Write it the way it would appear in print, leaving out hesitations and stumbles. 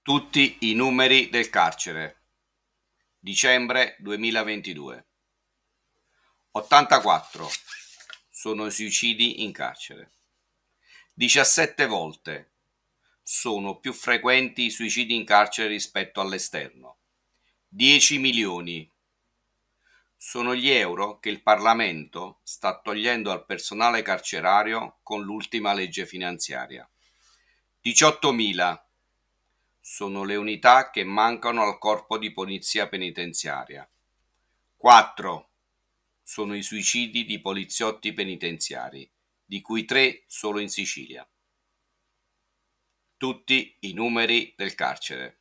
Tutti i numeri del carcere. Dicembre 2022. 84 sono i suicidi in carcere. 17 volte sono più frequenti i suicidi in carcere rispetto all'esterno. 10 milioni sono gli euro che il Parlamento sta togliendo al personale carcerario con l'ultima legge finanziaria. 18.000 sono le unità che mancano al corpo di polizia penitenziaria. 4 sono i suicidi di poliziotti penitenziari, di cui 3 solo in Sicilia. Tutti i numeri del carcere.